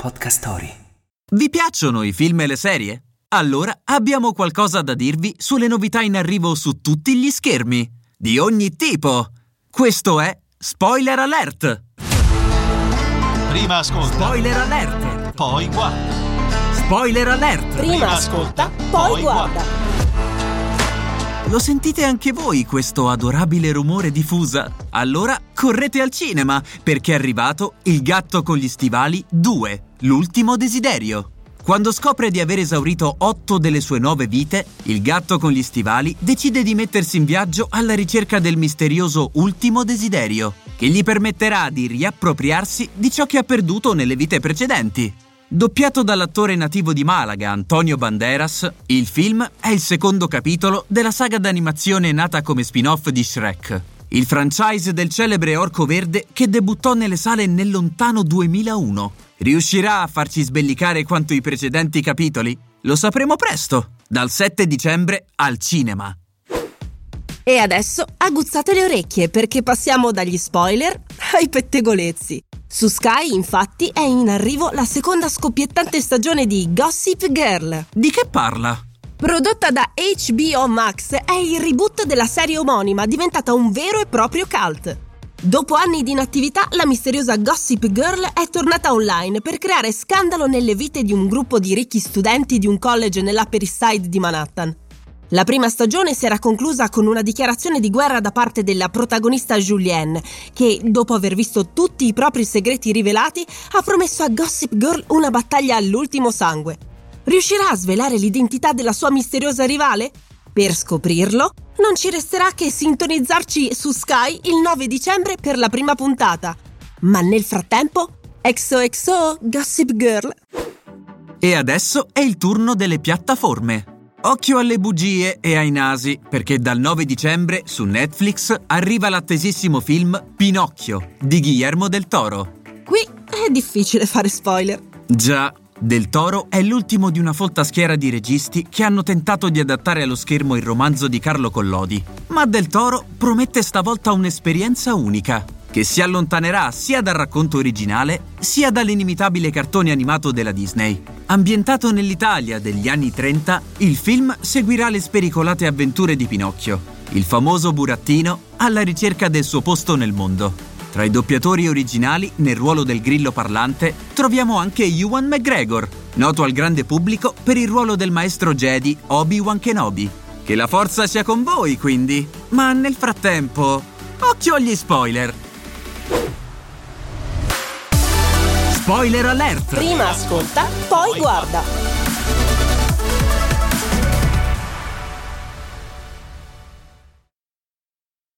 Podcast Story. Vi piacciono i film e le serie? Allora abbiamo qualcosa da dirvi sulle novità in arrivo su tutti gli schermi, di ogni tipo. Questo è Spoiler Alert! Prima ascolta, Spoiler Alert! poi guarda. Spoiler Alert! Prima ascolta, poi guarda. Lo sentite anche voi questo adorabile rumore di fusa? Allora correte al cinema, perché è arrivato Il gatto con gli stivali 2, l'ultimo desiderio. Quando scopre di aver esaurito 8 delle sue 9 vite, il gatto con gli stivali decide di mettersi in viaggio alla ricerca del misterioso ultimo desiderio, che gli permetterà di riappropriarsi di ciò che ha perduto nelle vite precedenti. Doppiato dall'attore nativo di Malaga, Antonio Banderas, il film è il secondo capitolo della saga d'animazione nata come spin-off di Shrek, il franchise del celebre orco verde che debuttò nelle sale nel lontano 2001. Riuscirà a farci sbellicare quanto i precedenti capitoli? Lo sapremo presto, dal 7 dicembre al cinema. E adesso aguzzate le orecchie perché passiamo dagli spoiler ai pettegolezzi. Su Sky, infatti, è in arrivo la seconda scoppiettante stagione di Gossip Girl. Di che parla? Prodotta da HBO Max, è il reboot della serie omonima, diventata un vero e proprio cult. Dopo anni di inattività, la misteriosa Gossip Girl è tornata online per creare scandalo nelle vite di un gruppo di ricchi studenti di un college nell'Upper East Side di Manhattan. La prima stagione si era conclusa con una dichiarazione di guerra da parte della protagonista Julianne, che, dopo aver visto tutti i propri segreti rivelati, ha promesso a Gossip Girl una battaglia all'ultimo sangue. Riuscirà a svelare l'identità della sua misteriosa rivale? Per scoprirlo, non ci resterà che sintonizzarci su Sky il 9 dicembre per la prima puntata. Ma nel frattempo, XOXO Gossip Girl. E adesso è il turno delle piattaforme. Occhio alle bugie e ai nasi, perché dal 9 dicembre su Netflix arriva l'attesissimo film Pinocchio di Guillermo del Toro. Qui è difficile fare spoiler. Già, Del Toro è l'ultimo di una folta schiera di registi che hanno tentato di adattare allo schermo il romanzo di Carlo Collodi. Ma Del Toro promette stavolta un'esperienza unica, che si allontanerà sia dal racconto originale, sia dall'inimitabile cartone animato della Disney. Ambientato nell'Italia degli anni 30, il film seguirà le spericolate avventure di Pinocchio, il famoso burattino alla ricerca del suo posto nel mondo. Tra i doppiatori originali, nel ruolo del grillo parlante, troviamo anche Ewan McGregor, noto al grande pubblico per il ruolo del maestro Jedi Obi-Wan Kenobi. Che la forza sia con voi, quindi! Ma nel frattempo, occhio agli spoiler! Spoiler Alert! Prima ascolta, poi guarda.